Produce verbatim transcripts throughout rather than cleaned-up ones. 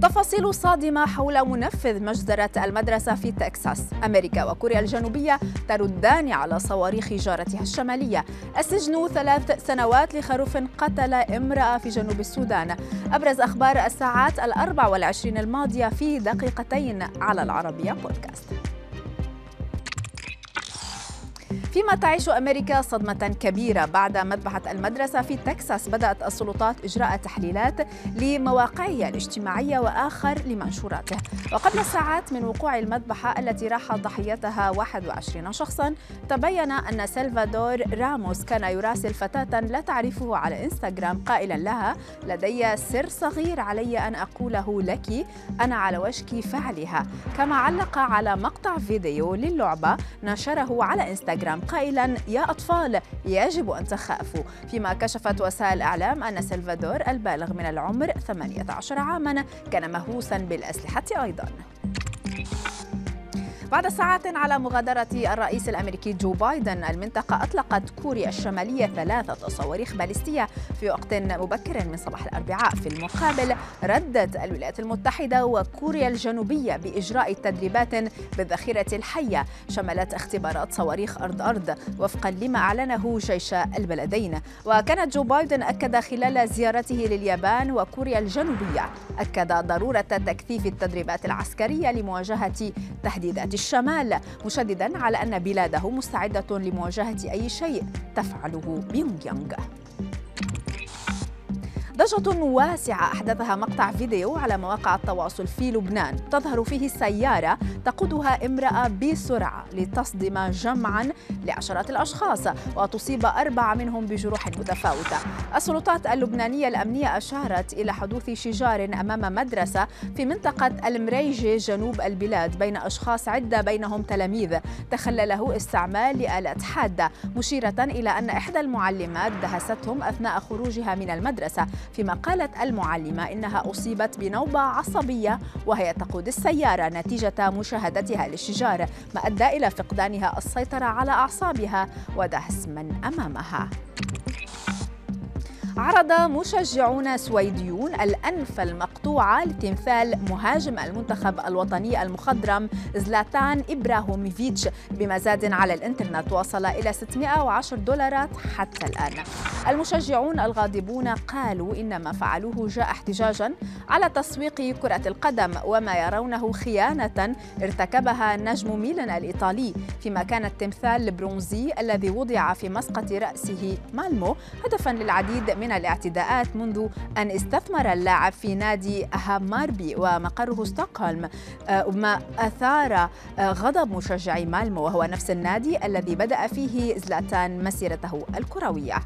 تفاصيل صادمة حول منفذ مجزرة المدرسة في تكساس. أمريكا وكوريا الجنوبية تردان على صواريخ جارتها الشمالية. السجن ثلاث سنوات لخروف قتل امرأة في جنوب السودان. أبرز أخبار الساعات الأربع والعشرين الماضية في دقيقتين على العربية بودكاست. فيما تعيش أمريكا صدمة كبيرة بعد مذبحة المدرسة في تكساس، بدأت السلطات إجراء تحليلات لمواقعها الاجتماعية وآخر لمنشوراته. وقبل ساعات من وقوع المذبحة التي راح ضحيتها واحد وعشرين شخصاً، تبين أن سلفادور راموس كان يراسل فتاة لا تعرفه على إنستغرام قائلاً لها: لدي سر صغير علي أن أقوله لك، أنا على وشك فعلها. كما علق على مقطع فيديو للعبة نشره على إنستغرام قائلاً: يا أطفال يجب أن تخافوا. فيما كشفت وسائل الإعلام أن سلفادور البالغ من العمر ثمانية عشر عاماً كان مهووساً بالأسلحة أيضاً. بعد ساعات على مغادرة الرئيس الأمريكي جو بايدن المنطقة، أطلقت كوريا الشمالية ثلاثة صواريخ باليستية في وقت مبكر من صباح الأربعاء. في المقابل، ردت الولايات المتحدة وكوريا الجنوبية بإجراء تدريبات بالذخيرة الحية شملت اختبارات صواريخ أرض-أرض وفقا لما أعلنه جيش البلدين. وكان جو بايدن أكد خلال زيارته لليابان وكوريا الجنوبية أكد ضرورة تكثيف التدريبات العسكرية لمواجهة تهديدات الشمال، مشدداً على أن بلاده مستعدة لمواجهة أي شيء تفعله بيونغ يانغ. ضجة واسعة أحدثها مقطع فيديو على مواقع التواصل في لبنان تظهر فيه السيارة تقودها امرأة بسرعة لتصدم جمعاً لعشرات الأشخاص وتصيب أربعة منهم بجروح متفاوتة. السلطات اللبنانية الأمنية أشارت إلى حدوث شجار أمام مدرسة في منطقة المريجة جنوب البلاد بين أشخاص عدة بينهم تلاميذ تخلله استعمال لآلات حادة، مشيرة إلى أن إحدى المعلمات دهستهم أثناء خروجها من المدرسة، فيما قالت المعلمة إنها أصيبت بنوبة عصبية وهي تقود السيارة نتيجة مشاهدتها للشجار، ما أدى إلى فقدانها السيطرة على أعصابها ودهس من أمامها. عرض مشجعون سويديون الأنف المقطوعة لتمثال مهاجم المنتخب الوطني المخضرم زلاتان إبراهيموفيتش بمزاد على الإنترنت وصل إلى ستمائة وعشرة دولارات حتى الآن. المشجعون الغاضبون قالوا إن ما فعلوه جاء احتجاجاً على تسويق كرة القدم وما يرونه خيانة ارتكبها نجم ميلان الإيطالي، فيما كان التمثال البرونزي الذي وضع في مسقط رأسه مالمو هدفاً للعديد من من الاعتداءات منذ أن استثمر اللاعب في نادي هاماربي ومقره ستوكهولم، ما أثار غضب مشجعي مالمو، وهو نفس النادي الذي بدأ فيه زلاتان مسيرته الكروية.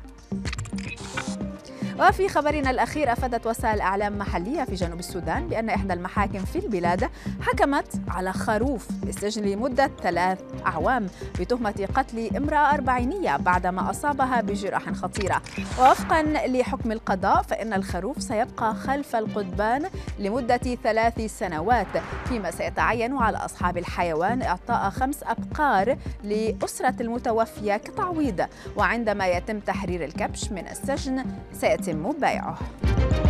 وفي خبرنا الأخير، أفادت وسائل إعلام محلية في جنوب السودان بأن إحدى المحاكم في البلاد حكمت على خروف بالسجن لمدة ثلاث أعوام بتهمة قتل امرأة أربعينية بعدما أصابها بجراح خطيرة. ووفقا لحكم القضاء فإن الخروف سيبقى خلف القضبان لمدة ثلاث سنوات، فيما سيتعين على أصحاب الحيوان إعطاء خمس أبقار لأسرة المتوفية كتعويض، وعندما يتم تحرير الكبش من السجن سيتم بيعه.